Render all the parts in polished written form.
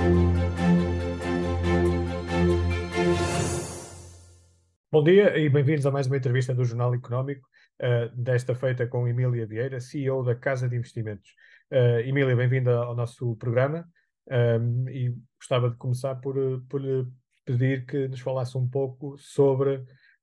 Bom dia e bem-vindos a mais uma entrevista do Jornal Económico, desta feita com Emília Vieira, CEO da Casa de Investimentos. Emília, bem-vinda ao nosso programa, e gostava de começar por lhe pedir que nos falasse um pouco sobre,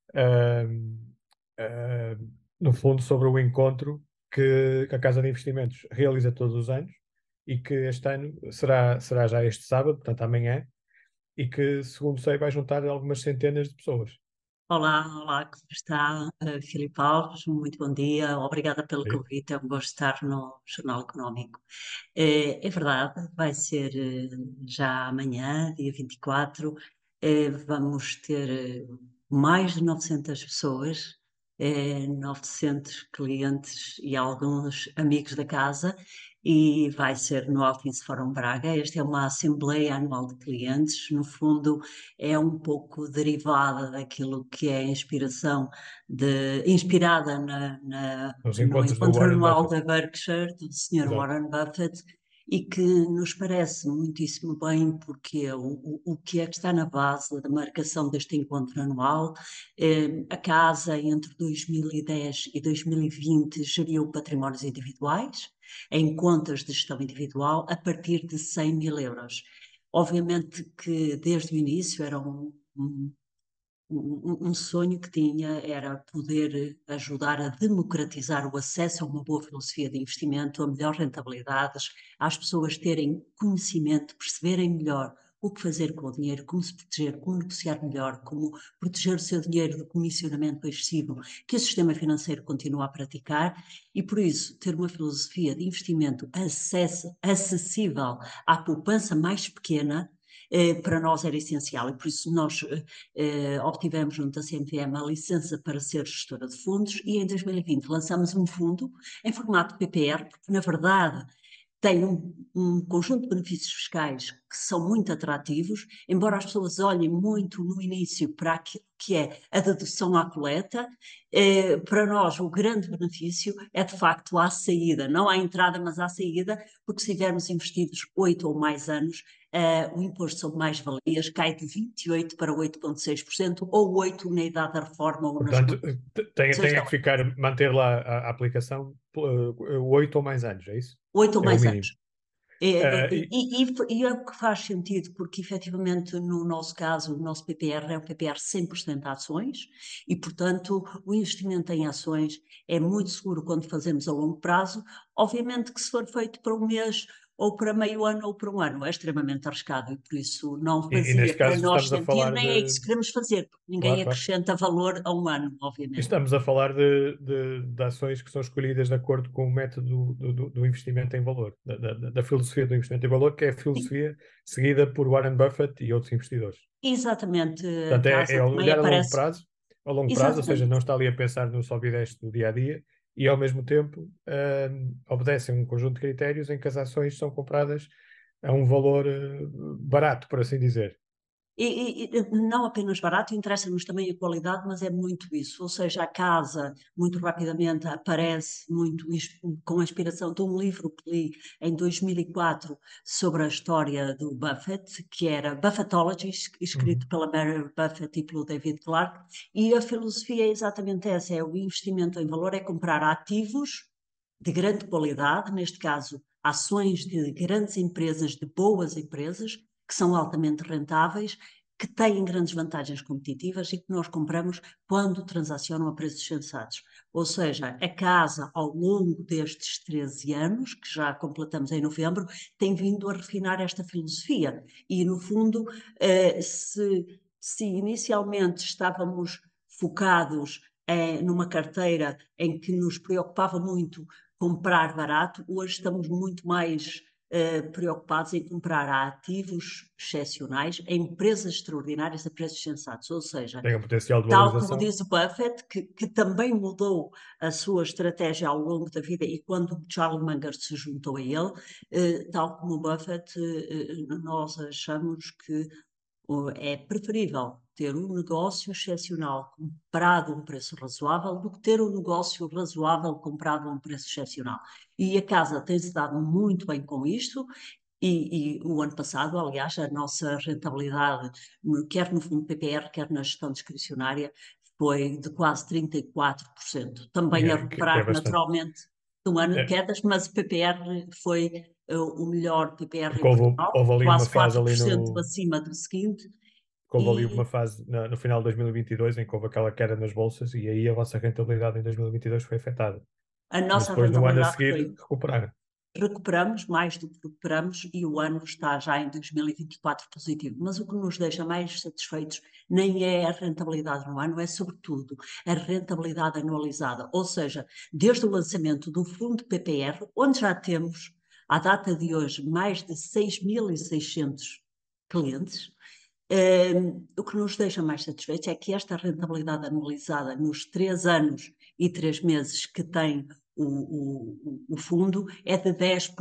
no fundo, sobre o encontro que a Casa de Investimentos realiza todos os anos e que este ano será já este sábado, portanto amanhã, e que, segundo sei, vai juntar algumas centenas de pessoas. Olá, como está, Filipe Alves? Muito bom dia, obrigada pelo Sim. convite, é um gosto estar no Jornal Económico. É verdade, vai ser já amanhã, dia 24, vamos ter mais de 900 pessoas, 900 clientes e alguns amigos da casa, e vai ser no Altice Fórum Braga. Esta é uma Assembleia Anual de Clientes, no fundo é um pouco derivada daquilo que é a inspirada Os no encontros do encontro Warren anual Buffett. da Berkshire, do Sr. Exato. Warren Buffett, e que nos parece muitíssimo bem, porque o que é que está na base da marcação deste encontro anual. A Casa, entre 2010 e 2020, geriu patrimónios individuais em contas de gestão individual a partir de 100 mil euros. Obviamente que desde o início era um sonho que tinha, era poder ajudar a democratizar o acesso a uma boa filosofia de investimento, a melhores rentabilidades, às pessoas terem conhecimento, perceberem melhor o que fazer com o dinheiro, como se proteger, como negociar melhor, como proteger o seu dinheiro do comissionamento excessivo que o sistema financeiro continua a praticar, e por isso ter uma filosofia de investimento acessível à poupança mais pequena, para nós era essencial, e por isso nós obtivemos junto da CMVM a licença para ser gestora de fundos, e em 2020 lançamos um fundo em formato PPR, porque na verdade tem um conjunto de benefícios fiscais que são muito atrativos, embora as pessoas olhem muito no início para aquilo que é a dedução à coleta. Para nós o grande benefício é de facto à saída, não à entrada, mas à saída, porque se tivermos investidos 8 ou mais anos, o imposto sobre mais-valias cai de 28% para 8,6%, ou 8% na idade da reforma ou nas Portanto, tem é que condições. manter lá a aplicação 8 ou mais anos, é isso? 8 ou É o mais mínimo. anos. É, Ah, e, e é o que faz sentido, porque efetivamente no nosso caso, o nosso PPR é um PPR 100% de ações, e portanto o investimento em ações é muito seguro quando fazemos a longo prazo. Obviamente que se for feito para um mês, ou para meio ano, ou para um ano, é extremamente arriscado, e por isso não e fazia neste para caso nós estamos a sentido, falar nem é de. isso que queremos fazer, porque ninguém Claro, claro. acrescenta valor a um ano, E obviamente. estamos a falar de ações que são escolhidas de acordo com o método do investimento em valor, da filosofia do investimento em valor, que é a Sim, filosofia seguida por Warren Buffett e outros investidores. exatamente, a Portanto, é casa também olhar aparece. a longo prazo, ou seja, Exatamente. não está ali a pensar no sobe e desce do dia a dia, e ao mesmo tempo obedecem um conjunto de critérios em que as ações são compradas a um valor barato, por assim dizer. E não apenas barato, interessa-nos também a qualidade, mas é muito isso. Ou seja, a casa, muito rapidamente, aparece muito com a inspiração de um livro que li em 2004 sobre a história do Buffett, que era Buffettology, escrito Uhum. pela Mary Buffett e pelo David Clark. E a filosofia é exatamente essa: é o investimento em valor, é comprar ativos de grande qualidade, neste caso, ações de grandes empresas, de boas empresas, que são altamente rentáveis, que têm grandes vantagens competitivas e que nós compramos quando transacionam a preços sensatos. Ou seja, a casa, ao longo destes 13 anos, que já completamos em novembro, tem vindo a refinar esta filosofia. E, no fundo, se inicialmente estávamos focados numa carteira em que nos preocupava muito comprar barato, hoje estamos muito mais preocupados em comprar ativos excepcionais, em empresas extraordinárias a preços sensatos. Ou seja, Tem um potencial de tal como valorização. diz o Buffett, que também mudou a sua estratégia ao longo da vida, e quando o Charlie Munger se juntou a ele, tal como o Buffett, nós achamos que é preferível ter um negócio excepcional comprado a um preço razoável do que ter um negócio razoável comprado a um preço excepcional. E a casa tem-se dado muito bem com isto, E o ano passado, aliás, a nossa rentabilidade, quer no fundo PPR, quer na gestão discricionária, foi de quase 34%. Também a Que é recuperar bastante. naturalmente de um ano de É, quedas, mas o PPR foi o melhor PPR porque em Portugal, houve ali uma quase fase ali 4% no. acima do seguinte. Houve ali uma E fase no final de 2022 em que houve aquela queda nas bolsas e aí a vossa rentabilidade em 2022 foi afetada. a Mas nossa depois no ano a rentabilidade seguir foi recuperaram. recuperamos mais do que recuperamos e o ano está já em 2024 positivo. Mas o que nos deixa mais satisfeitos nem é a rentabilidade no ano, é sobretudo a rentabilidade anualizada. Ou seja, desde o lançamento do fundo PPR, onde já temos, à data de hoje, mais de 6.600 clientes. O que nos deixa mais satisfeitos é que esta rentabilidade anualizada nos 3 anos e 3 meses que tem o fundo é de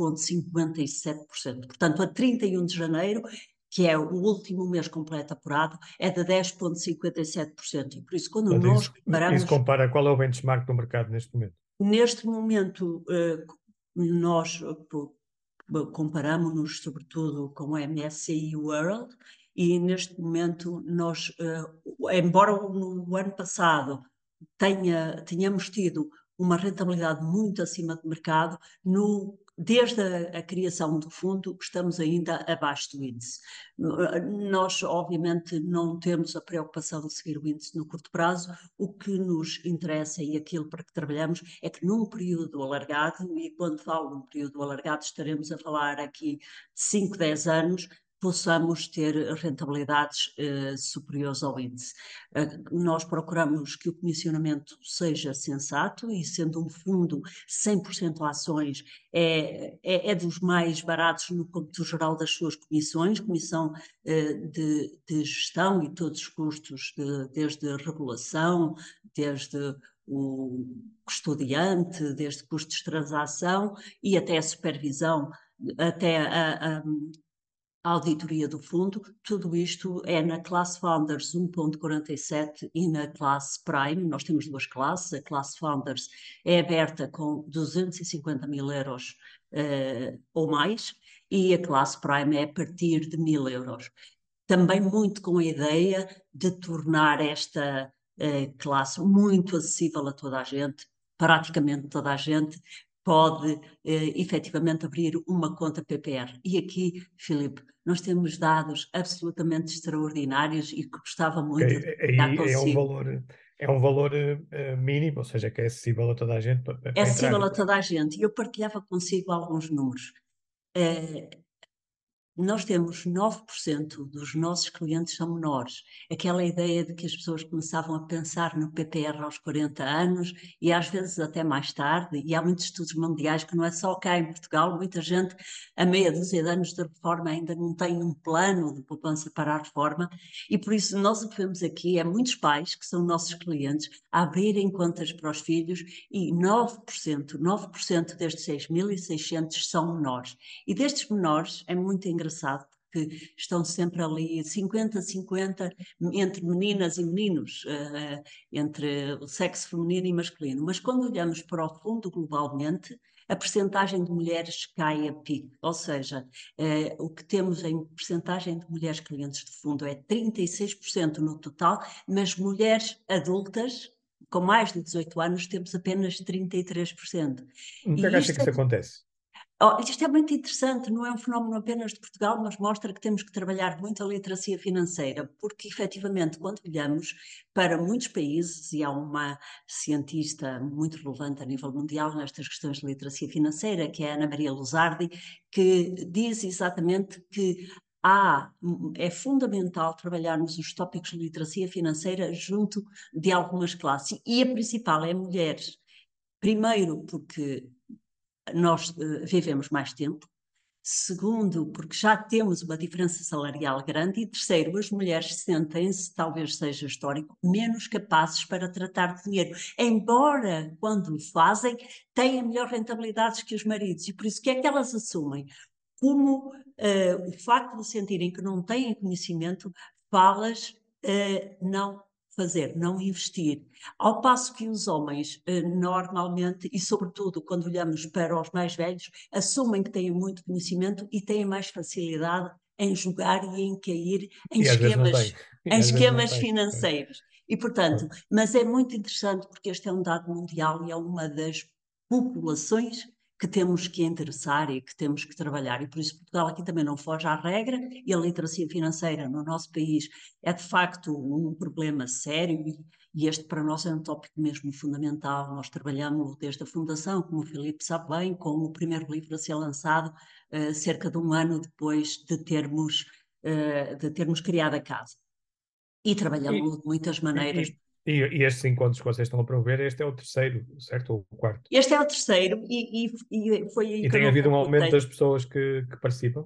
10,57%. Portanto, a 31 de janeiro, que é o último mês completo apurado, é de 10,57%. E por isso, quando Portanto, nós isso comparamos, compara qual é o benchmark do mercado neste momento. neste momento, nós comparamos-nos sobretudo com o MSCI World e neste momento nós, embora no ano passado tenhamos tido uma rentabilidade muito acima do mercado, desde a criação do fundo estamos ainda abaixo do índice. Nós, obviamente, não temos a preocupação de seguir o índice no curto prazo, o que nos interessa e aquilo para que trabalhamos é que num período alargado, e quando falo num período alargado estaremos a falar aqui de 5, 10 anos, possamos ter rentabilidades superiores ao índice. Nós procuramos que o comissionamento seja sensato e, sendo um fundo 100% ações, é dos mais baratos no cômputo geral das suas comissões, comissão de gestão e todos os custos, desde regulação, desde o custodiante, desde custos de transação e até a supervisão, até a auditoria do fundo, tudo isto é na classe Founders 1.47 e na classe Prime. Nós temos duas classes. A classe Founders é aberta com 250 mil euros ou mais e a classe Prime é a partir de 1.000 euros. Também muito com a ideia de tornar esta classe muito acessível a toda a gente, praticamente toda a gente pode efetivamente abrir uma conta PPR. E aqui, Filipe, nós temos dados absolutamente extraordinários e que gostava muito de partilhar Aí consigo. é um valor mínimo, ou seja, que é acessível a toda a gente É para acessível entrar. a toda a gente. E eu partilhava consigo alguns números. Eh, Nós temos 9% dos nossos clientes são menores. Aquela ideia de que as pessoas começavam a pensar no PPR aos 40 anos e às vezes até mais tarde, e há muitos estudos mundiais que não é só cá em Portugal, muita gente a meia dúzia de anos de reforma ainda não tem um plano de poupança para a reforma e por isso nós o que vemos aqui é muitos pais que são nossos clientes a abrirem contas para os filhos e 9% destes 6.600 são menores. E destes menores é muito engraçado, porque estão sempre ali 50-50 entre meninas e meninos, entre o sexo feminino e masculino. Mas quando olhamos para o fundo globalmente, a percentagem de mulheres cai a pique, ou seja, o que temos em percentagem de mulheres clientes de fundo é 36% no total, mas mulheres adultas com mais de 18 anos temos apenas 33%. O que é que E acha que isto é isso acontece? Isto é muito interessante, não é um fenómeno apenas de Portugal, mas mostra que temos que trabalhar muito a literacia financeira, porque efetivamente, quando olhamos para muitos países, e há uma cientista muito relevante a nível mundial nestas questões de literacia financeira, que é a Ana Maria Luzardi, que diz exatamente que é fundamental trabalharmos os tópicos de literacia financeira junto de algumas classes, e a principal é mulheres. Primeiro, porque nós vivemos mais tempo. Segundo, porque já temos uma diferença salarial grande. E terceiro, as mulheres sentem-se, talvez seja histórico, menos capazes para tratar de dinheiro. Embora, quando o fazem, tenham melhor rentabilidades que os maridos. E por isso, o que é que elas assumem? Como o facto de sentirem que não têm conhecimento, faz não fazer, não investir. Ao passo que os homens, normalmente, e sobretudo quando olhamos para os mais velhos, assumem que têm muito conhecimento e têm mais facilidade em jogar e em cair E às vezes não tem. em E às vezes não esquemas tem. financeiros. E, portanto, mas é muito interessante porque este é um dado mundial e é uma das populações que temos que interessar e que temos que trabalhar. E por isso Portugal aqui também não foge à regra e a literacia financeira no nosso país é de facto um problema sério e este para nós é um tópico mesmo fundamental. Nós trabalhamos desde a fundação, como o Filipe sabe bem, com o primeiro livro a ser lançado cerca de um ano depois de termos criado a casa. E trabalhamos E, de muitas e, maneiras. e estes encontros que vocês estão a promover, este é o terceiro, certo? Ou o quarto? Este é o terceiro e foi aí E que eu tem não havido um aumento completei. das pessoas que participam,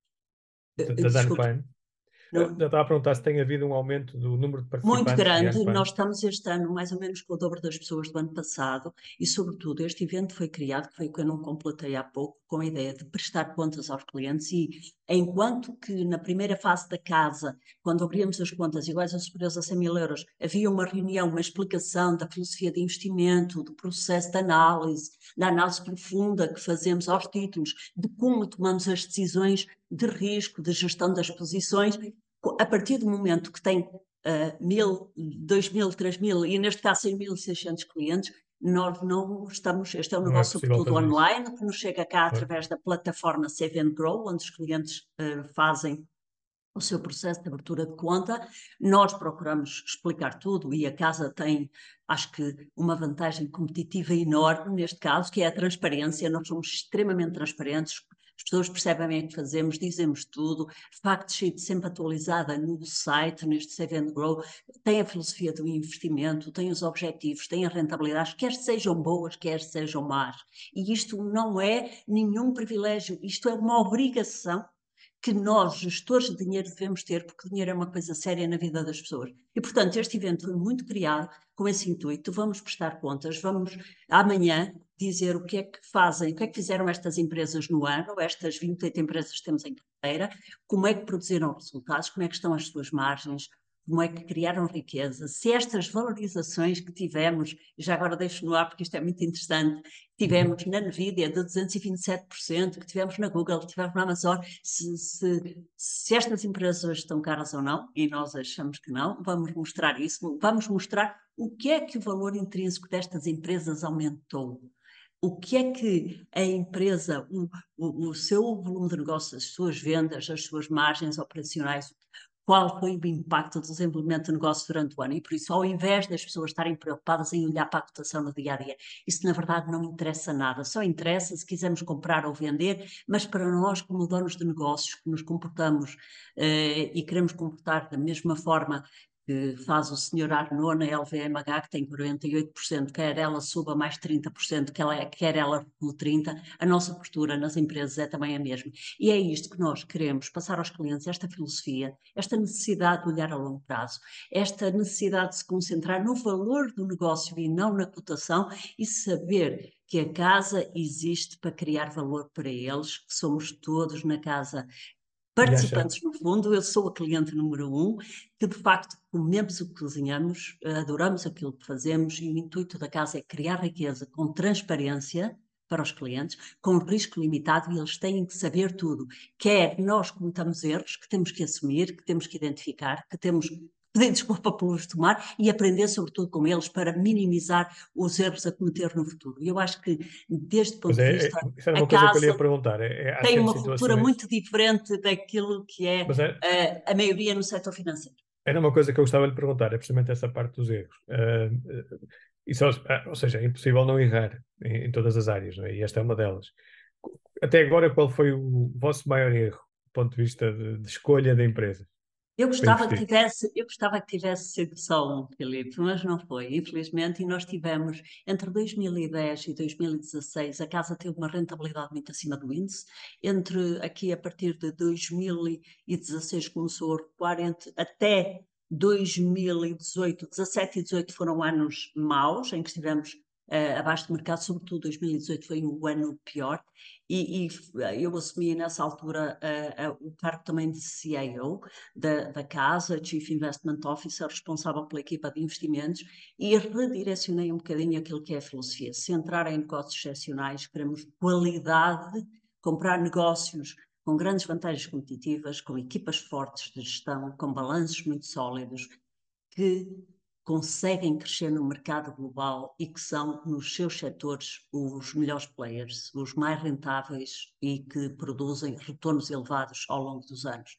de ano Desculpe, para ano? não, Eu estava a perguntar se tem havido um aumento do número de muito participantes de ano grande. para Nós ano. estamos este ano mais ou menos com o dobro das pessoas do ano passado e, sobretudo, este evento foi criado, que foi o que eu não completei há pouco, com a ideia de prestar contas aos clientes e, enquanto que na primeira fase da casa, quando abríamos as contas iguais ou superiores a 100 mil euros, havia uma reunião, uma explicação da filosofia de investimento, do processo de análise, da análise profunda que fazemos aos títulos, de como tomamos as decisões de risco, de gestão das posições. A partir do momento que tem 1.000, 2.000, 3.000 e neste caso 6.600 clientes, nós não estamos, este é um Não é negócio possível sobretudo fazer isso. online, que nos chega cá através da plataforma Save and Grow, onde os clientes fazem o seu processo de abertura de conta. Nós procuramos explicar tudo e a casa tem, acho que, uma vantagem competitiva enorme neste caso, que é a transparência. Nós somos extremamente transparentes, as pessoas percebem bem o que fazemos, dizemos tudo, fact sheet sempre atualizada no site, neste Save and Grow, tem a filosofia do investimento, tem os objetivos, tem a rentabilidade, quer sejam boas, quer sejam más. E isto não é nenhum privilégio, isto é uma obrigação que nós, gestores de dinheiro, devemos ter, porque o dinheiro é uma coisa séria na vida das pessoas. E, portanto, este evento foi muito criado com esse intuito. Vamos prestar contas, vamos amanhã dizer o que é que fazem, o que é que fizeram estas empresas no ano, estas 28 empresas que temos em carteira, como é que produziram resultados, como é que estão as suas margens, como é que criaram riqueza, se estas valorizações que tivemos, já agora deixo no ar porque isto é muito interessante, tivemos na Nvidia de 227%, que tivemos na Google, que tivemos na Amazon, se estas empresas estão caras ou não, e nós achamos que não, vamos mostrar isso, vamos mostrar o que é que o valor intrínseco destas empresas aumentou. O que é que a empresa, o seu volume de negócio, as suas vendas, as suas margens operacionais, qual foi o impacto do desenvolvimento do negócio durante o ano. E por isso, ao invés das pessoas estarem preocupadas em olhar para a cotação no dia a dia, isso na verdade não interessa nada. Só interessa se quisermos comprar ou vender, mas para nós, como donos de negócios, que nos comportamos e queremos comportar da mesma forma que faz o senhor Arnaud na LVMH, que tem 48%, quer ela suba mais 30%, quer ela recua 30%, a nossa postura nas empresas é também a mesma. E é isto que nós queremos passar aos clientes, esta filosofia, esta necessidade de olhar a longo prazo, esta necessidade de se concentrar no valor do negócio e não na cotação e saber que a casa existe para criar valor para eles, que somos todos na casa E acha, participantes no fundo. Eu sou a cliente número 1, que de facto comemos o que cozinhamos, adoramos aquilo que fazemos e o intuito da casa é criar riqueza com transparência para os clientes, com risco limitado e eles têm que saber tudo. Quer nós cometamos erros que temos que assumir, que temos que identificar, que temos que pedir desculpa por os tomar e aprender sobretudo com eles para minimizar os erros a cometer no futuro. E eu acho que deste pois ponto de vista isso era a uma coisa que eu lhe ia casa perguntar. Há tem sempre uma cultura situações, muito diferente daquilo que mas é a maioria no setor financeiro. era uma coisa que eu gostava de lhe perguntar, é precisamente essa parte dos erros. Isso, ou seja, é impossível não errar em todas as áreas, não é? E esta é uma delas. Até agora, qual foi o vosso maior erro, do ponto de vista de escolha da empresa para investir? Eu gostava que tivesse sido só um, Filipe, mas não foi, infelizmente, e nós tivemos, entre 2010 e 2016, a casa teve uma rentabilidade muito acima do índice, aqui a partir de 2016 começou a recuar, até 2018, 17 e 18 foram anos maus, em que estivemos abaixo do mercado, sobretudo 2018 foi o ano pior, e eu assumi nessa altura o cargo também de CIO da casa, Chief Investment Officer, responsável pela equipa de investimentos, e redirecionei um bocadinho aquilo que é a filosofia. Centrar em negócios excepcionais, queremos qualidade, comprar negócios com grandes vantagens competitivas, com equipas fortes de gestão, com balanços muito sólidos, que conseguem crescer no mercado global e que são, nos seus setores, os melhores players, os mais rentáveis e que produzem retornos elevados ao longo dos anos.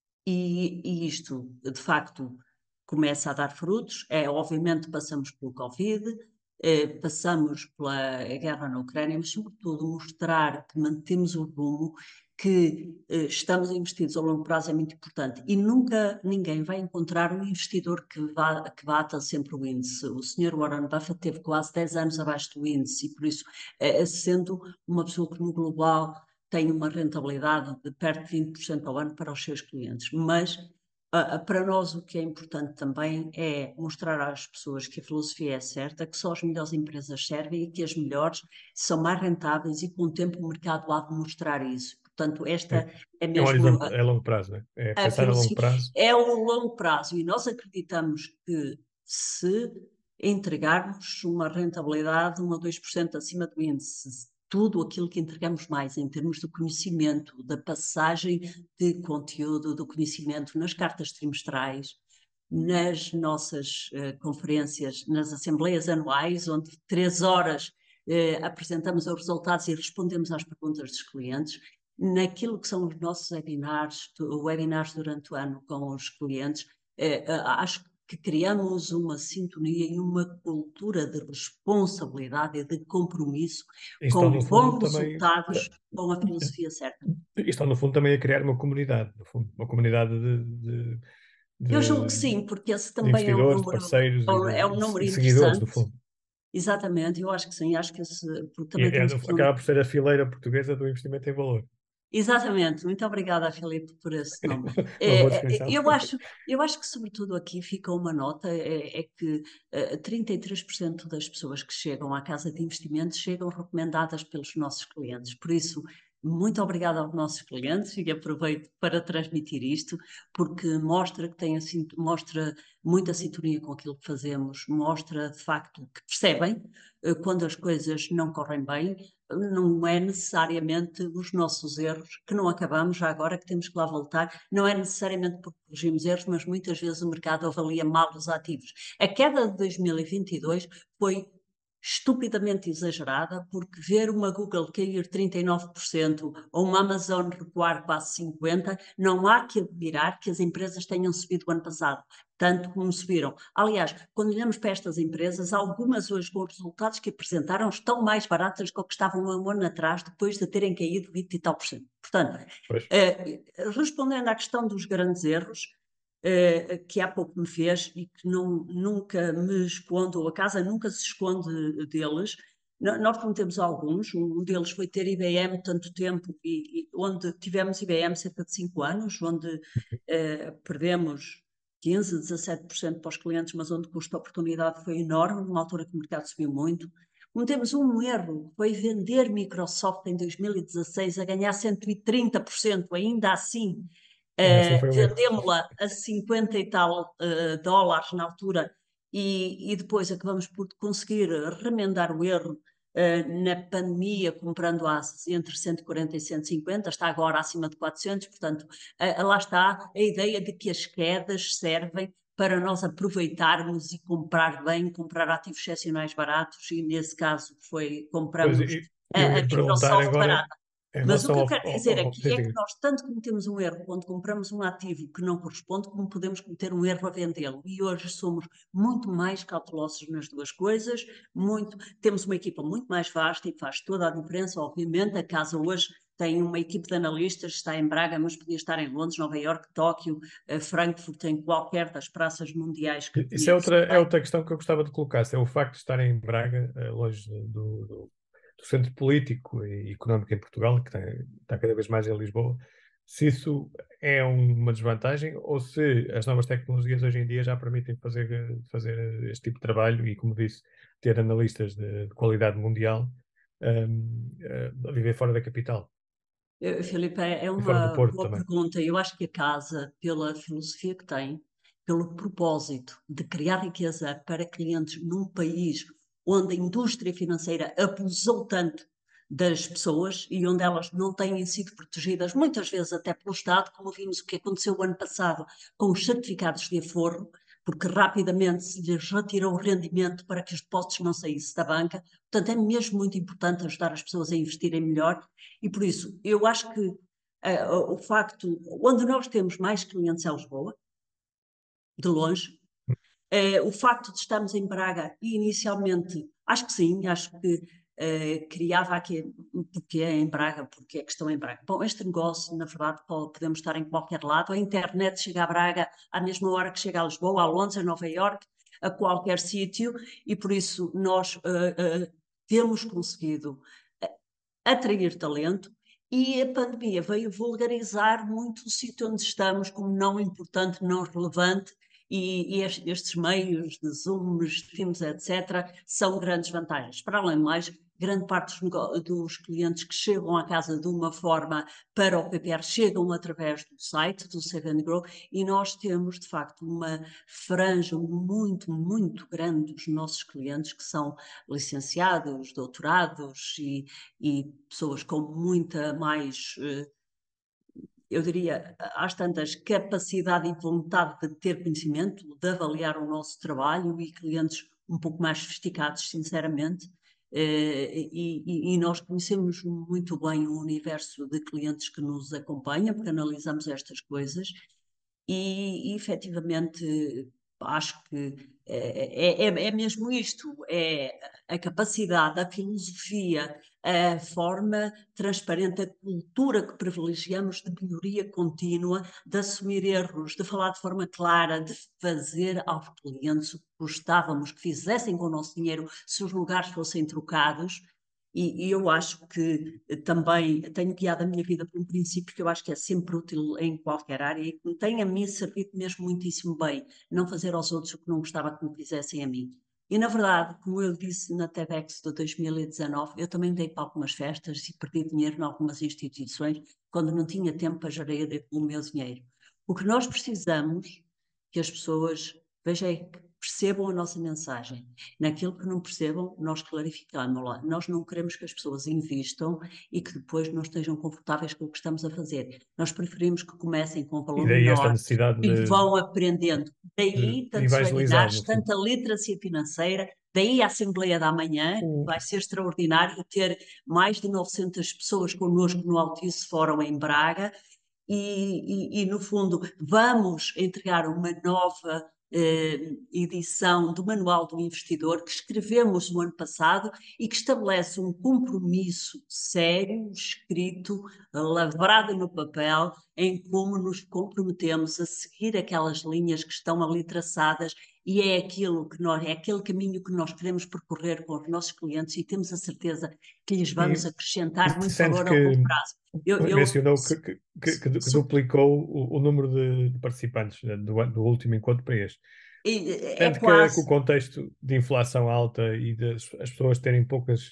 E isto, de facto, começa a dar frutos. Obviamente, passamos pelo Covid, passamos pela guerra na Ucrânia, mas, sobretudo, mostrar que mantemos o rumo, que estamos investidos a longo prazo é muito importante. E nunca ninguém vai encontrar um investidor que bata sempre o índice. O Sr. Warren Buffett teve quase 10 anos abaixo do índice e, por isso, sendo uma pessoa que no global tem uma rentabilidade de perto de 20% ao ano para os seus clientes. Mas para nós o que é importante também é mostrar às pessoas que a filosofia é certa, que só as melhores empresas servem e que as melhores são mais rentáveis e com o tempo o mercado há de mostrar isso. Portanto, esta é um mesmo horizonte a longo prazo, né? É a pensar a longo filosofia, prazo. é o longo prazo e nós acreditamos que se entregarmos uma rentabilidade 1 a 2% acima do índice, tudo aquilo que entregamos mais em termos de conhecimento, da passagem de conteúdo, do conhecimento nas cartas trimestrais, nas nossas conferências, nas assembleias anuais, onde 3 horas apresentamos os resultados e respondemos às perguntas dos clientes, naquilo que são os nossos webinars durante o ano com os clientes, acho que criamos uma sintonia e uma cultura de responsabilidade e de compromisso Isto, com no fundo, bons também, resultados, com a filosofia certa. isto, no fundo, também a criar uma comunidade, no fundo, uma comunidade Eu julgo que de, sim, porque esse de também investidores, de parceiros é um número e de seguidores, no interessante. fundo. Exatamente, eu acho que sim, acho que esse, porque também temos aqui Acaba por ser a fileira portuguesa do investimento em valor. Exatamente, muito obrigada, Filipe, por esse nome. Uma boa descrição. Eu acho que, sobretudo, aqui fica uma nota: é que 33% das pessoas que chegam à casa de investimentos chegam recomendadas pelos nossos clientes. Por isso, muito obrigada aos nossos clientes e aproveito para transmitir isto, porque mostra que mostra muita sintonia com aquilo que fazemos, mostra de facto que percebem quando as coisas não correm bem. Não é necessariamente os nossos erros, que não acabamos já agora, que temos que lá voltar, não é necessariamente porque corrigimos erros, mas muitas vezes o mercado avalia mal os ativos. A queda de 2022 foi estupidamente exagerada, porque ver uma Google cair 39% ou uma Amazon recuar quase 50%, não há que admirar que as empresas tenham subido o ano passado, tanto como subiram. Aliás, quando olhamos para estas empresas, algumas hoje com os resultados que apresentaram estão mais baratas do que estavam um ano atrás, depois de terem caído 20 e tal por cento. Portanto, respondendo à questão dos grandes erros, que há pouco me fez e que nunca me escondo, ou a casa nunca se esconde deles. Nós cometemos alguns, um deles foi ter IBM tanto tempo, onde tivemos IBM cerca de 5 anos, onde perdemos 15, 17% para os clientes, mas onde o custo de oportunidade foi enorme, numa altura que o mercado subiu muito. Cometemos um erro, que foi vender Microsoft em 2016 a ganhar 130%, ainda assim Assim foi um erro. vendemos-la a 50 e tal dólares na altura e depois acabamos por conseguir remendar o erro na pandemia, comprando entre 140 e 150, está agora acima de 400, portanto, lá está a ideia de que as quedas servem para nós aproveitarmos e comprar bem, comprar ativos excepcionais baratos, e nesse caso Pois, compramos eu a ia te perguntar Microsoft agora, barata. em Mas o relação que eu ao... quero dizer aqui diz, é que diz. nós tanto cometemos um erro quando compramos um ativo que não corresponde, como podemos cometer um erro a vendê-lo. E hoje somos muito mais cautelosos nas duas coisas, temos uma equipa muito mais vasta e faz toda a diferença. Obviamente, a casa hoje tem uma equipe de analistas, está em Braga, mas podia estar em Londres, Nova Iorque, Tóquio, Frankfurt, em qualquer das praças mundiais que Isso conheço. é outra questão que eu gostava de colocar, se é o facto de estar em Braga, longe do centro político e económico em Portugal, que está cada vez mais em Lisboa. se isso é uma desvantagem ou se as novas tecnologias hoje em dia já permitem fazer este tipo de trabalho e, como disse, ter analistas de qualidade mundial a viver fora da capital Filipe, é e fora do uma Porto boa também. pergunta. Eu acho que a casa, pela filosofia que tem, pelo propósito de criar riqueza para clientes num país onde a indústria financeira abusou tanto das pessoas e onde elas não têm sido protegidas, muitas vezes até pelo Estado, como vimos o que aconteceu o ano passado com os certificados de aforro, porque rapidamente se lhes retirou o rendimento para que os depósitos não saíssem da banca. Portanto, é mesmo muito importante ajudar as pessoas a investirem melhor e por isso eu acho que o facto, onde nós temos mais clientes é Lisboa, de longe, o facto de estarmos em Braga, inicialmente, acho que sim, acho que criava aqui, porque é em Braga, porque é que estão em Braga. Bom, este negócio, na verdade, podemos estar em qualquer lado, a internet chega a Braga à mesma hora que chega a Lisboa, a Londres, a Nova Iorque, a qualquer sítio, e por isso nós temos conseguido atrair talento. E a pandemia veio vulgarizar muito o sítio onde estamos como não importante, não relevante, e estes meios de Zooms, Teams, etc., são grandes vantagens. Para além de mais, grande parte dos clientes que chegam à casa de uma forma para o PPR chegam através do site do Save Grow e nós temos, de facto, uma franja muito, muito grande dos nossos clientes que são licenciados, doutorados e pessoas com muita mais, eu diria, às tantas, capacidade e vontade de ter conhecimento, de avaliar o nosso trabalho e clientes um pouco mais sofisticados, sinceramente. E nós conhecemos muito bem o universo de clientes que nos acompanha, porque analisamos estas coisas e efetivamente acho que é mesmo isto, é a capacidade, a filosofia, a forma transparente, a cultura que privilegiamos de melhoria contínua, de assumir erros, de falar de forma clara, de fazer aos clientes o que gostávamos que fizessem com o nosso dinheiro se os lugares fossem trocados. E eu acho que também tenho guiado a minha vida por um princípio que eu acho que é sempre útil em qualquer área e que me tem a mim servido mesmo muitíssimo bem, não fazer aos outros o que não gostava que me fizessem a mim. E na verdade, como eu disse na TEDx de 2019, eu também dei para algumas festas e perdi dinheiro em algumas instituições quando não tinha tempo para gerir o meu dinheiro. O que nós precisamos que as pessoas vejam é que percebam a nossa mensagem. Naquilo que não percebam, nós clarificamos lá. Nós não queremos que as pessoas investam e que depois não estejam confortáveis com o que estamos a fazer. Nós preferimos que comecem com um E valor daí esta menor necessidade e vão aprendendo. de Daí tantos evangelizar, webinars, no fundo. tanta literacia financeira, daí a Assembleia da Manhã, que vai ser extraordinário ter mais de 900 pessoas connosco no Altice Fórum em Braga, no fundo, vamos entregar uma nova edição do Manual do Investidor que escrevemos no ano passado e que estabelece um compromisso sério, escrito, lavrado no papel, em como nos comprometemos a seguir aquelas linhas que estão ali traçadas e é aquilo que nós, é aquele caminho que nós queremos percorrer com os nossos clientes e temos a certeza que lhes vamos acrescentar E muito sentes valor ao que longo prazo. Eu mencionou que duplicou o número de participantes, né, do último encontro para este. é Sente que o quase. contexto de inflação alta e as pessoas terem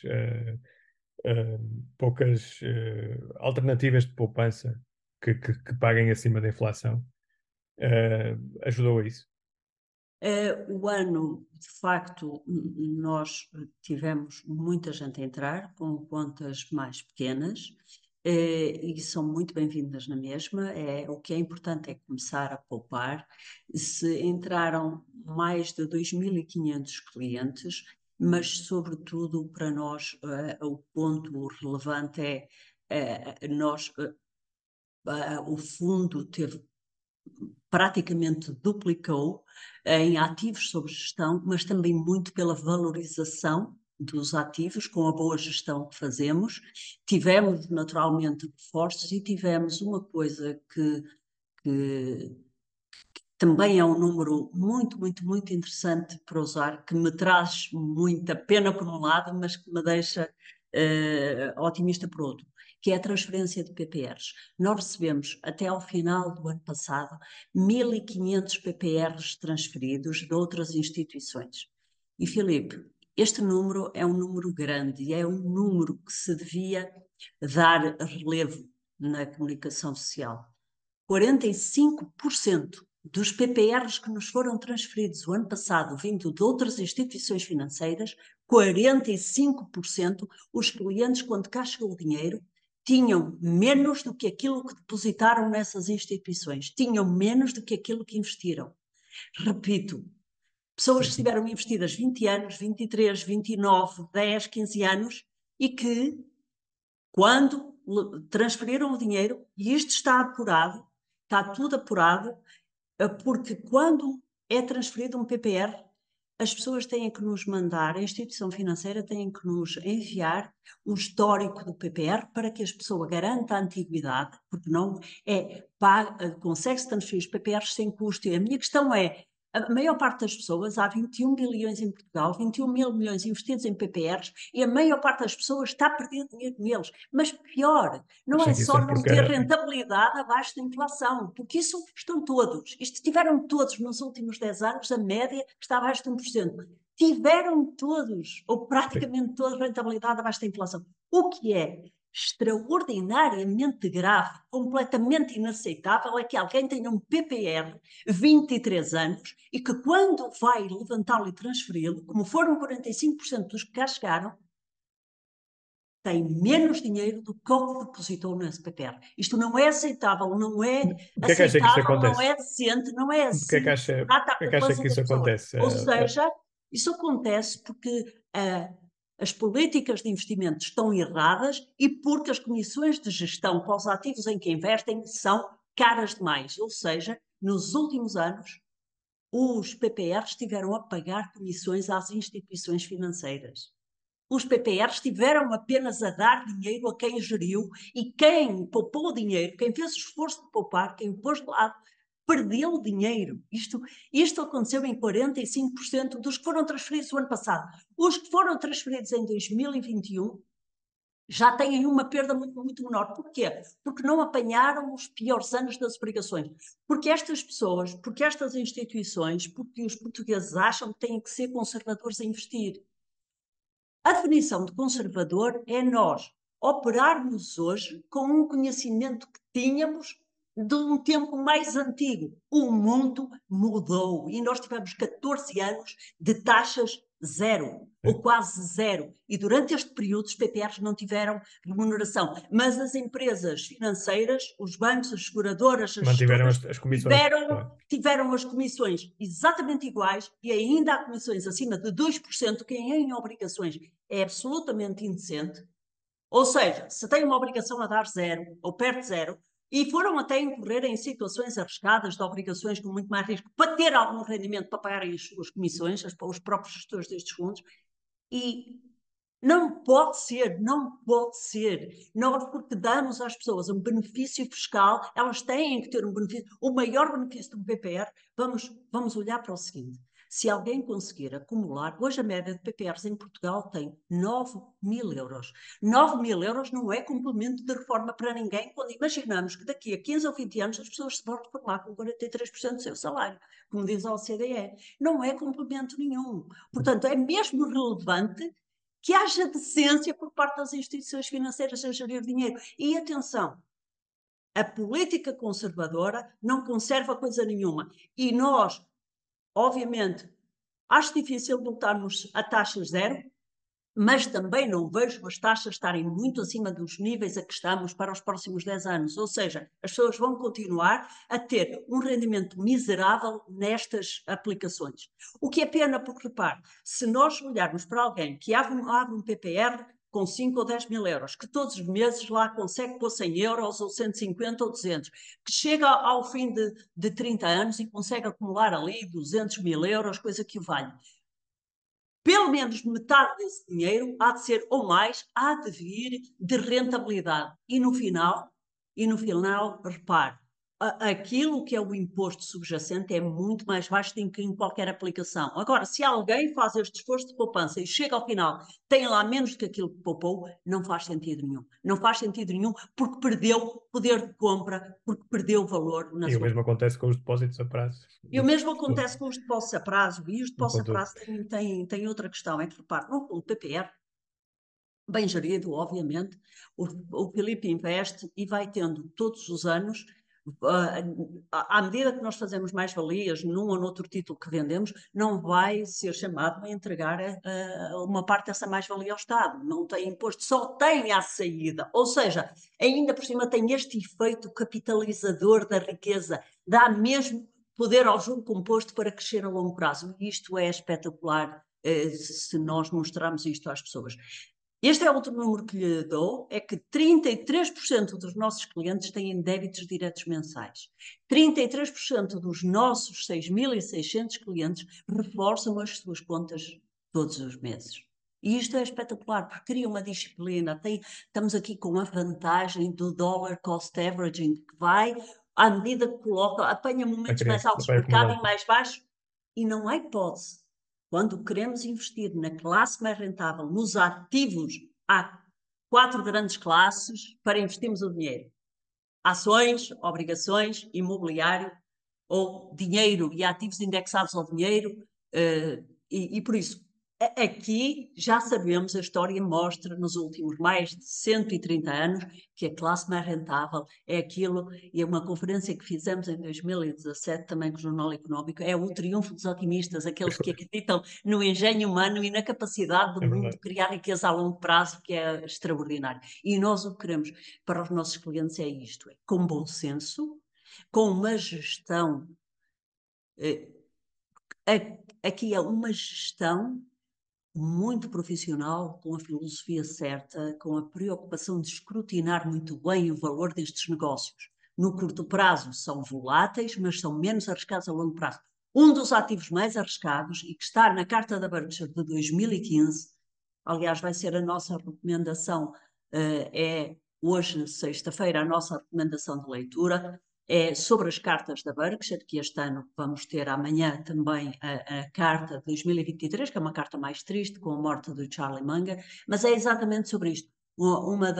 poucas alternativas de poupança que paguem acima da inflação ajudou a isso. O ano, de facto, nós tivemos muita gente a entrar com contas mais pequenas e são muito bem-vindas na mesma. O que é importante é começar a poupar. Se entraram mais de 2.500 clientes, mas, sobretudo, para nós, o ponto relevante o fundo teve praticamente duplicou em ativos sob gestão, mas também muito pela valorização dos ativos, com a boa gestão que fazemos. Tivemos, naturalmente, reforços e tivemos uma coisa que também é um número muito, muito, muito interessante para usar, que me traz muita pena por um lado, mas que me deixa otimista por outro. que é a transferência de PPRs. Nós recebemos, até ao final do ano passado, 1.500 PPRs transferidos de outras instituições. E, Filipe, este número é um número grande e é um número que se devia dar relevo na comunicação social. 45% dos PPRs que nos foram transferidos o ano passado, vindo de outras instituições financeiras, 45%, os clientes, quando cá chegou o dinheiro, tinham menos do que aquilo que depositaram nessas instituições, tinham menos do que aquilo que investiram. Repito, pessoas que estiveram investidas 20 anos, 23, 29, 10, 15 anos e que, quando transferiram o dinheiro, e isto está apurado, está tudo apurado, porque quando é transferido um PPR, as pessoas têm que nos mandar, a instituição financeira tem que nos enviar o histórico do PPR para que a pessoa garanta a antiguidade, porque não é, consegue-se transferir os PPRs sem custo. E a minha questão é, a maior parte das pessoas, há 21 bilhões em Portugal, 21 mil milhões investidos em PPRs, e a maior parte das pessoas está a perder dinheiro neles. Mas pior, não é só não ter rentabilidade abaixo da inflação, porque isso estão todos. Isto tiveram todos nos últimos 10 anos, a média está abaixo de 1%. Tiveram todos, ou praticamente toda a rentabilidade abaixo da inflação. O que é extraordinariamente grave, completamente inaceitável, é que alguém tenha um PPR 23 anos e que quando vai levantá-lo e transferi-lo, como foram 45% dos que cá chegaram, tem menos dinheiro do que o que depositou no PPR. Isto não é aceitável, não é aceitável, não é decente, não é assim. Porquê que acha que isso acontece? Ou seja, isso acontece porque as políticas de investimento estão erradas e porque as comissões de gestão para os ativos em que investem são caras demais. Ou seja, nos últimos anos, os PPRs tiveram a pagar comissões às instituições financeiras. Os PPRs estiveram apenas a dar dinheiro a quem geriu e quem poupou o dinheiro, quem fez o esforço de poupar, quem pôs de lado, perdeu o dinheiro. Isto aconteceu em 45% dos que foram transferidos o ano passado. Os que foram transferidos em 2021 já têm uma perda muito, muito menor. Porquê? Porque não apanharam os piores anos das obrigações. Porque estas pessoas, porque estas instituições, porque os portugueses acham que têm que ser conservadores a investir. A definição de conservador é nós operarmos hoje com um conhecimento que tínhamos de um tempo mais antigo. O mundo mudou e nós tivemos 14 anos de taxas zero, ou quase zero. E durante este período os PPRs não tiveram remuneração. Mas as empresas financeiras, os bancos, as seguradoras, mantiveram as comissões. Tiveram as comissões exatamente iguais e ainda há comissões acima de 2%, que em obrigações é absolutamente indecente. Ou seja, se tem uma obrigação a dar zero ou perto de zero, e foram até incorrer em situações arriscadas de obrigações com muito mais risco para ter algum rendimento para pagarem as suas comissões, os próprios gestores destes fundos, e não pode ser. Nós, porque damos às pessoas um benefício fiscal, elas têm que ter um benefício, o maior benefício de um PPR, vamos olhar para o seguinte. Se alguém conseguir acumular, hoje a média de PPRs em Portugal tem 9.000 euros. 9.000 euros não é complemento de reforma para ninguém, quando imaginamos que daqui a 15 ou 20 anos as pessoas se vão reformar com 43% do seu salário, como diz a OCDE. Não é complemento nenhum. Portanto, é mesmo relevante que haja decência por parte das instituições financeiras a gerir dinheiro. E atenção, a política conservadora não conserva coisa nenhuma. E nós, obviamente, acho difícil voltarmos a taxas zero, mas também não vejo as taxas estarem muito acima dos níveis a que estamos para os próximos 10 anos. Ou seja, as pessoas vão continuar a ter um rendimento miserável nestas aplicações. O que é pena, porque, repare, se nós olharmos para alguém que abre um PPR com 5 ou 10 mil euros, que todos os meses lá consegue pôr 100 euros ou 150 ou 200, que chega ao fim de 30 anos e consegue acumular ali 200 mil euros, coisa que o valha. Pelo menos metade desse dinheiro há de ser, ou mais, há de vir de rentabilidade. E no final, repare, aquilo que é o imposto subjacente é muito mais baixo do que em qualquer aplicação. Agora, se alguém faz este esforço de poupança e chega ao final, tem lá menos do que aquilo que poupou, não faz sentido nenhum. Não faz sentido nenhum porque perdeu poder de compra, porque perdeu valor na E o sua. mesmo acontece com os depósitos a prazo. E o mesmo acontece com os depósitos a prazo. E os depósitos a Enquanto prazo têm outra questão, é que, repare, o PPR, bem gerido, obviamente, o Filipe investe e vai tendo todos os anos, à medida que nós fazemos mais-valias num ou noutro título que vendemos, não vai ser chamado a entregar uma parte dessa mais-valia ao Estado. Não tem imposto, só tem à saída. Ou seja, ainda por cima tem este efeito capitalizador da riqueza, dá mesmo poder ao juro composto para crescer a longo prazo. E isto é espetacular se nós mostrarmos isto às pessoas. Este é outro número que lhe dou, é que 33% dos nossos clientes têm débitos diretos mensais. 33% dos nossos 6.600 clientes reforçam as suas contas todos os meses. E isto é espetacular, porque cria uma disciplina. Estamos aqui com a vantagem do dollar cost averaging, que vai, à medida que coloca, apanha momentos mais altos do mercado e mais baixos, e não há hipótese. Quando queremos investir na classe mais rentável, nos ativos, há 4 grandes classes para investirmos o dinheiro: ações, obrigações, imobiliário ou dinheiro e ativos indexados ao dinheiro. E por isso, aqui já sabemos, a história mostra nos últimos mais de 130 anos que a classe mais rentável é aquilo, e é uma conferência que fizemos em 2017 também com o Jornal Económico, é o triunfo dos otimistas, aqueles que acreditam no engenho humano e na capacidade do mundo de criar riqueza a longo prazo, que é extraordinário. E nós o que queremos para os nossos clientes é isto, com bom senso, com uma gestão, aqui é uma gestão muito profissional, com a filosofia certa, com a preocupação de escrutinar muito bem o valor destes negócios. No curto prazo são voláteis, mas são menos arriscados a longo prazo. Um dos ativos mais arriscados e que está na Carta da Berkshire de 2015, aliás, vai ser a nossa recomendação, é hoje, sexta-feira, a nossa recomendação de leitura, é sobre as cartas da Berkshire, que este ano vamos ter amanhã também a carta de 2023, que é uma carta mais triste, com a morte do Charlie Munger, mas é exatamente sobre isto. Uma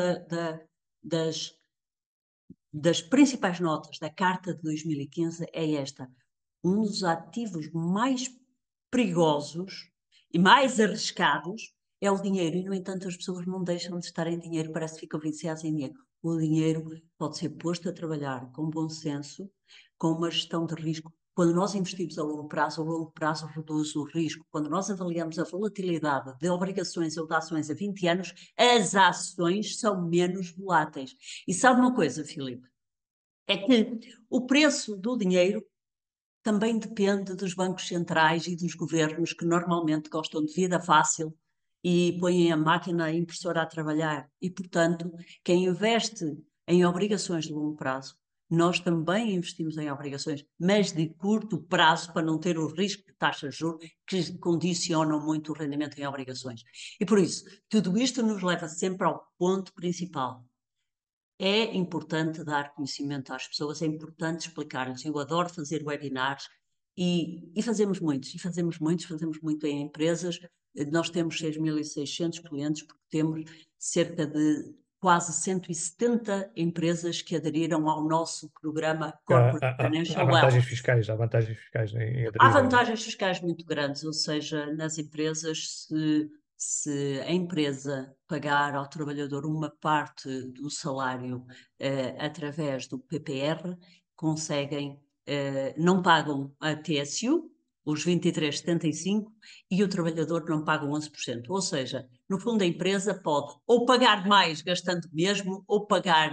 das principais notas da carta de 2015 é esta: um dos ativos mais perigosos e mais arriscados é o dinheiro, e no entanto as pessoas não deixam de estar em dinheiro, parece que ficam viciadas em dinheiro. O dinheiro pode ser posto a trabalhar com bom senso, com uma gestão de risco. Quando nós investimos a longo prazo reduz o risco. Quando nós avaliamos a volatilidade de obrigações ou de ações a 20 anos, as ações são menos voláteis. E sabe uma coisa, Filipe? É que o preço do dinheiro também depende dos bancos centrais e dos governos, que normalmente gostam de vida fácil e põem a máquina a impressora a trabalhar. E, portanto, quem investe em obrigações de longo prazo, nós também investimos em obrigações, mas de curto prazo, para não ter o risco de taxas de juros que condicionam muito o rendimento em obrigações. E por isso, tudo isto nos leva sempre ao ponto principal. É importante dar conhecimento às pessoas, é importante explicar-lhes. Eu adoro fazer webinars e fazemos muito em empresas. Nós temos 6.600 clientes, porque temos cerca de quase 170 empresas que aderiram ao nosso programa Corporate Há Financial vantagens Wellness. fiscais, há vantagens fiscais em Há aderir. vantagens fiscais muito grandes, ou seja, nas empresas, se a empresa pagar ao trabalhador uma parte do salário através do PPR, conseguem, não pagam a TSU, os 23,75, e o trabalhador não paga 11%. Ou seja, no fundo a empresa pode ou pagar mais gastando o mesmo, ou pagar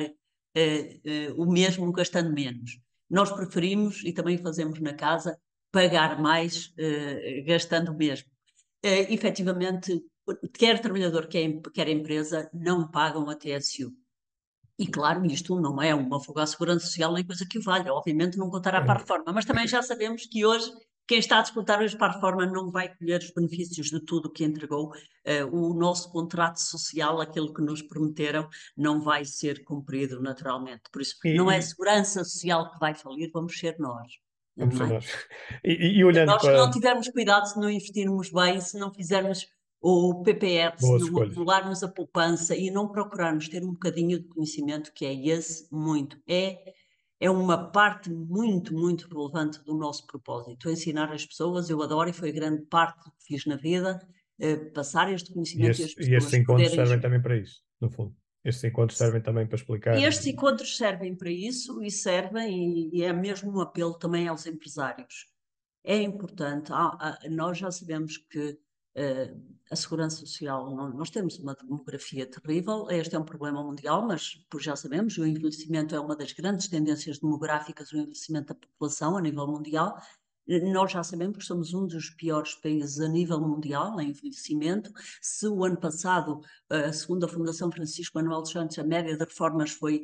o mesmo gastando menos. Nós preferimos, e também fazemos na casa, pagar mais gastando o mesmo. Efetivamente, quer trabalhador, quer empresa, não pagam a TSU. E claro, isto não é uma fuga à segurança social nem coisa que o valha, obviamente não contará para a reforma, mas também já sabemos que hoje quem está a disputar hoje para a reforma não vai colher os benefícios de tudo o que entregou. O nosso contrato social, aquele que nos prometeram, não vai ser cumprido naturalmente. Por isso, E, não é a e segurança social que vai falir, vamos ser nós. vamos Não ser é? nós. E olhando Nós, se não para tivermos cuidado, se não investirmos bem, se não fizermos o PPR, se boas não escolhas. acumularmos a poupança e não procurarmos ter um bocadinho de conhecimento, que é esse muito, é uma parte muito, muito relevante do nosso propósito. Ensinar as pessoas, eu adoro e foi grande parte do que fiz na vida, passar este conhecimento e as E estes pessoas encontros poderem. servem também para isso, no fundo. Estes encontros servem também para explicar. Estes encontros servem para isso e servem, e é mesmo um apelo também aos empresários. É importante, nós já sabemos que a segurança social, nós temos uma demografia terrível, este é um problema mundial, mas por já sabemos, o envelhecimento é uma das grandes tendências demográficas, o envelhecimento da população a nível mundial. Nós já sabemos que somos um dos piores países a nível mundial em envelhecimento. Se o ano passado, segundo a Fundação Francisco Manuel dos Santos, a média de reformas foi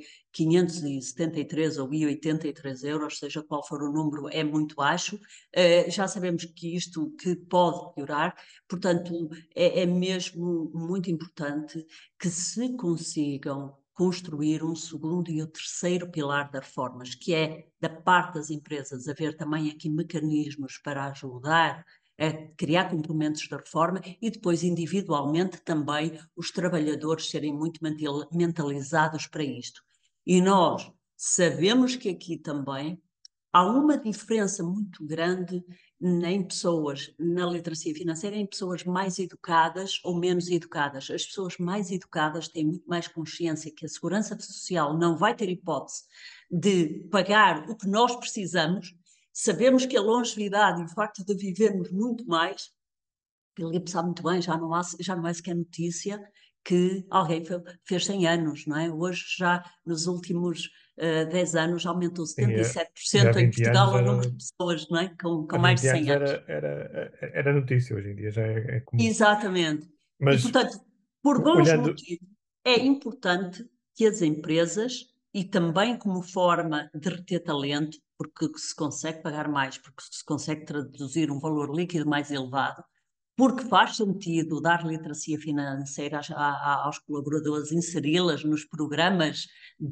573 ou 83 euros, seja qual for o número, é muito baixo. Já sabemos que isto que pode piorar, portanto, é mesmo muito importante que se consigam construir um segundo e o terceiro pilar das reformas, que é da parte das empresas haver também aqui mecanismos para ajudar a criar complementos da reforma e depois individualmente também os trabalhadores serem muito mentalizados para isto. E nós sabemos que aqui também há uma diferença muito grande em pessoas, na literacia financeira, em pessoas mais educadas ou menos educadas. As pessoas mais educadas têm muito mais consciência que a segurança social não vai ter hipótese de pagar o que nós precisamos. Sabemos que a longevidade e o facto de vivermos muito mais, Filipe sabe muito bem, já não é sequer notícia que alguém fez 100 anos, não é? Hoje já nos últimos 10 anos aumentou Sim, já há 77% em 20 anos Portugal o número era, de pessoas, não é? Com há mais de 20 anos 100 anos. era notícia, hoje em dia já é comum. Exatamente. E, Mas portanto, por bons olhando, motivos, é importante que as empresas, e também como forma de reter talento, porque se consegue pagar mais, porque se consegue traduzir um valor líquido mais elevado, porque faz sentido dar literacia financeira aos colaboradores, inseri-las nos programas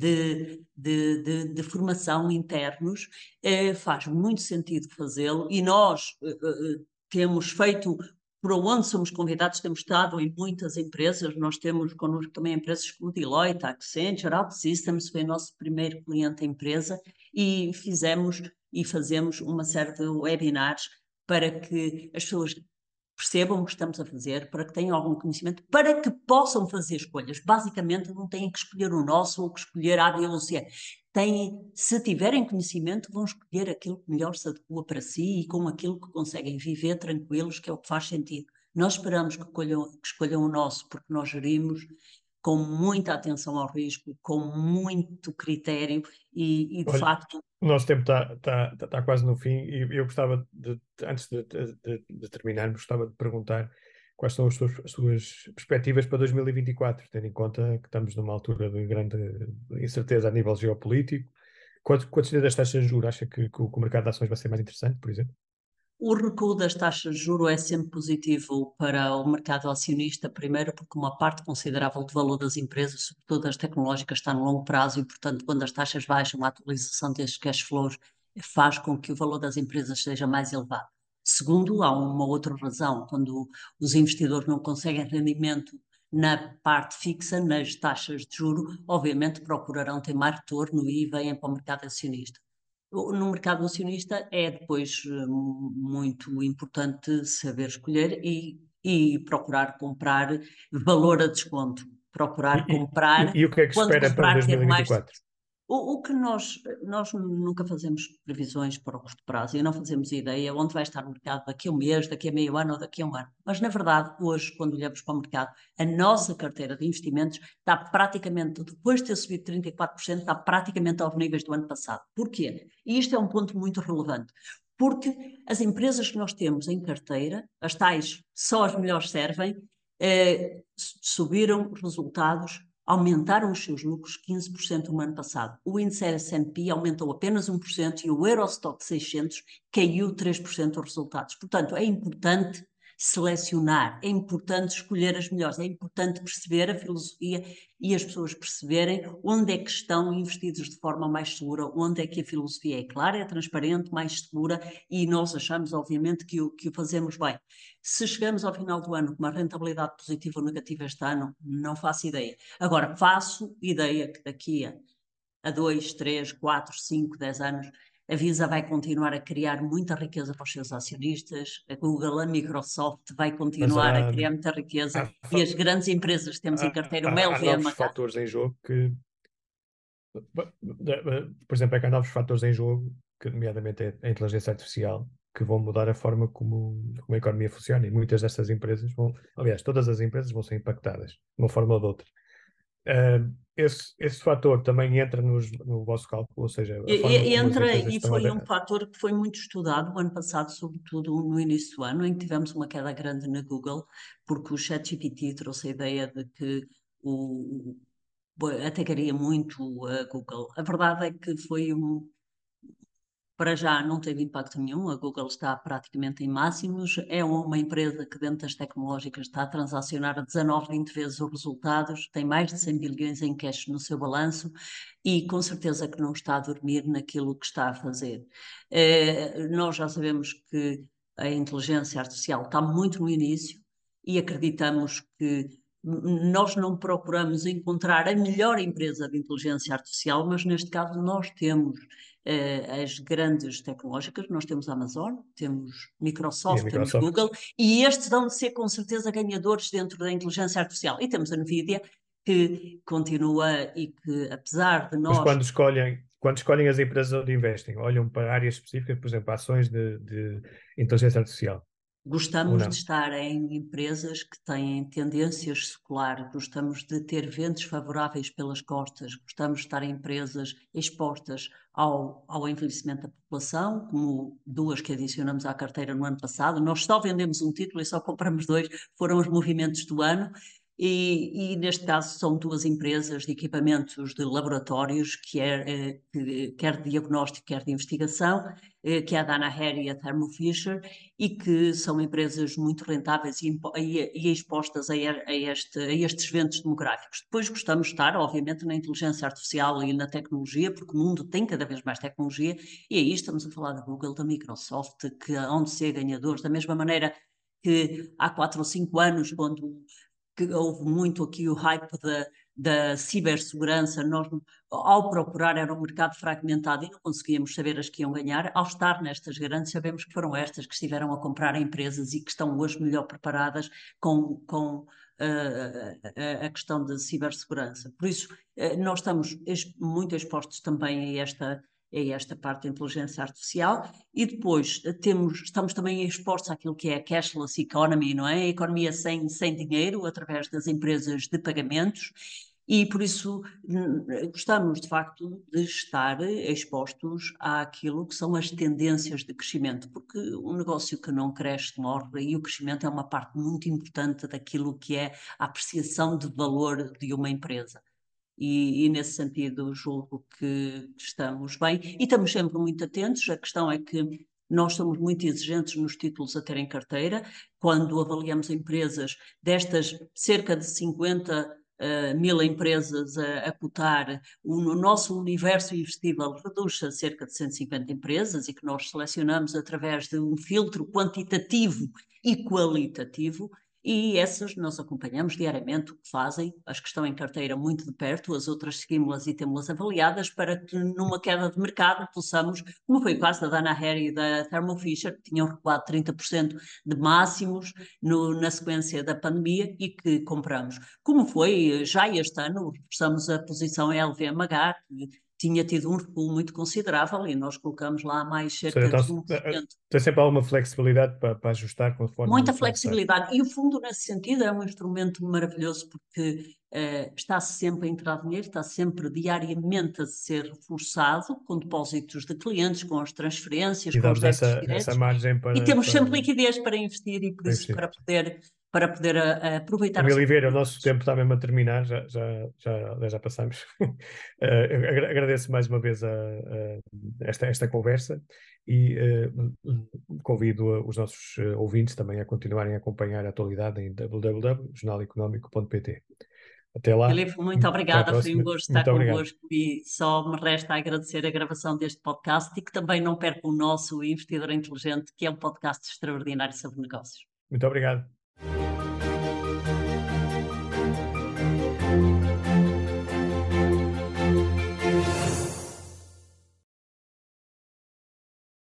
de formação internos, faz muito sentido fazê-lo e nós temos feito, por onde somos convidados, temos estado em muitas empresas, nós temos connosco também empresas como Deloitte, Accenture, OutSystems, foi o nosso primeiro cliente empresa e fizemos e fazemos uma série de webinars para que as pessoas percebam o que estamos a fazer, para que tenham algum conhecimento, para que possam fazer escolhas. Basicamente, não têm que escolher o nosso ou que escolher A, B ou C. Se tiverem conhecimento, vão escolher aquilo que melhor se adequa para si e com aquilo que conseguem viver tranquilos, que é o que faz sentido. Nós esperamos que escolham o nosso, porque nós gerimos com muita atenção ao risco, com muito critério e de olha, facto, o nosso tempo está quase no fim e eu gostava antes de terminarmos, gostava de perguntar quais são as suas perspectivas para 2024, tendo em conta que estamos numa altura de grande incerteza a nível geopolítico. Com a descida das taxas de juros, acha que o mercado de ações vai ser mais interessante, por exemplo? o recuo das taxas de juros é sempre positivo para o mercado acionista, primeiro porque uma parte considerável do valor das empresas, sobretudo as tecnológicas, está no longo prazo e, portanto, quando as taxas baixam, a atualização destes cash flows faz com que o valor das empresas seja mais elevado. Segundo, há uma outra razão, quando os investidores não conseguem rendimento na parte fixa, nas taxas de juro, obviamente procurarão ter mais retorno e vêm para o mercado acionista. No mercado acionista é depois muito importante saber escolher e procurar comprar valor a desconto. E, Procurar e, e, comprar, e o que é que quando espera para comprar, ter mais. 2024? O que nós nunca fazemos previsões para o curto prazo e não fazemos ideia onde vai estar o mercado daqui a um mês, daqui a meio ano ou daqui a um ano. Mas, na verdade, hoje, quando olhamos para o mercado, a nossa carteira de investimentos está praticamente, depois de ter subido 34%, está praticamente aos níveis do ano passado. Porquê? E isto é um ponto muito relevante. Porque as empresas que nós temos em carteira, as tais só as melhores servem, subiram resultados aumentaram os seus lucros 15% no ano passado. O índice S&P aumentou apenas 1% e o Eurostoxx 600 caiu 3% os resultados. Portanto, é importante selecionar, é importante escolher as melhores, é importante perceber a filosofia e as pessoas perceberem onde é que estão investidos de forma mais segura, onde é que a filosofia é clara, é transparente, mais segura, e nós achamos, obviamente, que o fazemos bem. Se chegamos ao final do ano com uma rentabilidade positiva ou negativa este ano, não faço ideia. Agora, faço ideia que daqui a 2, 3, 4, 5, 10 anos, a Visa vai continuar a criar muita riqueza para os seus acionistas, a Google, a Microsoft vai Mas continuar a criar muita riqueza há, e as grandes empresas que temos em carteira, uma há novos LVMH. fatores em jogo que, por exemplo, é que há novos fatores em jogo, que nomeadamente é a inteligência artificial, que vão mudar a forma como a economia funciona, e muitas dessas empresas vão, aliás, todas as empresas vão ser impactadas, de uma forma ou de outra. Esse fator também entra no vosso cálculo, ou seja, a forma como as Entra, empresas e estão a... foi um fator que foi muito estudado o ano passado, sobretudo no início do ano, em que tivemos uma queda grande na Google, porque o ChatGPT trouxe a ideia de que atacaria muito a Google. A verdade é que para já não teve impacto nenhum, a Google está praticamente em máximos, é uma empresa que dentro das tecnológicas está a transacionar a 19, 20 vezes os resultados, tem mais de 100 bilhões em cash no seu balanço e com certeza que não está a dormir naquilo que está a fazer. Nós já sabemos que a inteligência artificial está muito no início e acreditamos que nós não procuramos encontrar a melhor empresa de inteligência artificial, mas neste caso nós temos as grandes tecnológicas, nós temos a Amazon, temos E a Microsoft, temos Microsoft. Google, e estes vão ser com certeza ganhadores dentro da inteligência artificial. E temos a Nvidia, que continua e que, apesar de Mas nós quando escolhem as empresas onde investem, olham para áreas específicas, por exemplo, ações de inteligência artificial, ou gostamos de não? estar em empresas que têm tendências seculares, gostamos de ter ventos favoráveis pelas costas, gostamos de estar em empresas expostas ao envelhecimento da população, como duas que adicionamos à carteira no ano passado. Nós só vendemos um título e só compramos dois, foram os movimentos do ano. E neste caso são duas empresas de equipamentos de laboratórios, quer de diagnóstico, quer de investigação, que é a Danaher e a Thermo Fisher, e que são empresas muito rentáveis e expostas a estes ventos demográficos. Depois gostamos de estar, obviamente, na inteligência artificial e na tecnologia, porque o mundo tem cada vez mais tecnologia, e aí estamos a falar da Google, da Microsoft, que hão de ser ganhadores, da mesma maneira que há 4 ou 5 anos, quando que houve muito aqui o hype da cibersegurança, nós, ao procurar, era um mercado fragmentado e não conseguíamos saber as que iam ganhar. Ao estar nestas grandes, sabemos que foram estas que estiveram a comprar empresas e que estão hoje melhor preparadas com a questão da cibersegurança. Por isso, nós estamos muito expostos também a esta parte da inteligência artificial e depois estamos também expostos àquilo que é a cashless economy, não é? A economia sem dinheiro, através das empresas de pagamentos. E por isso gostamos de facto de estar expostos àquilo que são as tendências de crescimento, porque um negócio que não cresce morre e o crescimento é uma parte muito importante daquilo que é a apreciação de valor de uma empresa. E nesse sentido julgo que estamos bem e estamos sempre muito atentos. A questão é que nós somos muito exigentes nos títulos a ter em carteira. Quando avaliamos empresas destas cerca de 50 mil empresas a cotar, o nosso universo investível reduz-se a cerca de 150 empresas e que nós selecionamos através de um filtro quantitativo e qualitativo. E essas nós acompanhamos diariamente o que fazem, as que estão em carteira muito de perto, as outras seguimos-las e temos-las avaliadas para que numa queda de mercado possamos, como foi o caso da Danaher e da Thermo Fisher, que tinham recuado 30% de máximos na sequência da pandemia e que compramos. Como foi já este ano, reforçamos a posição LVMH, que tinha tido um recuo muito considerável e nós colocamos lá mais Ou seja, cerca de 1%. tem sempre alguma flexibilidade para ajustar conforme Muita for necessário. flexibilidade. E o fundo, nesse sentido, é um instrumento maravilhoso porque está sempre a entrar dinheiro, está sempre diariamente a ser reforçado com depósitos de clientes, com as transferências, E com os dá-vos débitos essa diretos. margem E temos sempre para liquidez para investir e, por isso, investir. para poder para poder aproveitar Emília as Vieira, o nosso oportunidades. tempo está mesmo a terminar, já passamos. Agradeço mais uma vez esta conversa e convido os nossos ouvintes também a continuarem a acompanhar a atualidade em www.jornaleconómico.pt. Até lá, Filipe, muito até à obrigada, foi um próxima. gosto estar Muito obrigado. convosco e só me resta agradecer a gravação deste podcast e que também não perca o nosso Investidor Inteligente, que é um podcast extraordinário sobre negócios. Muito obrigado.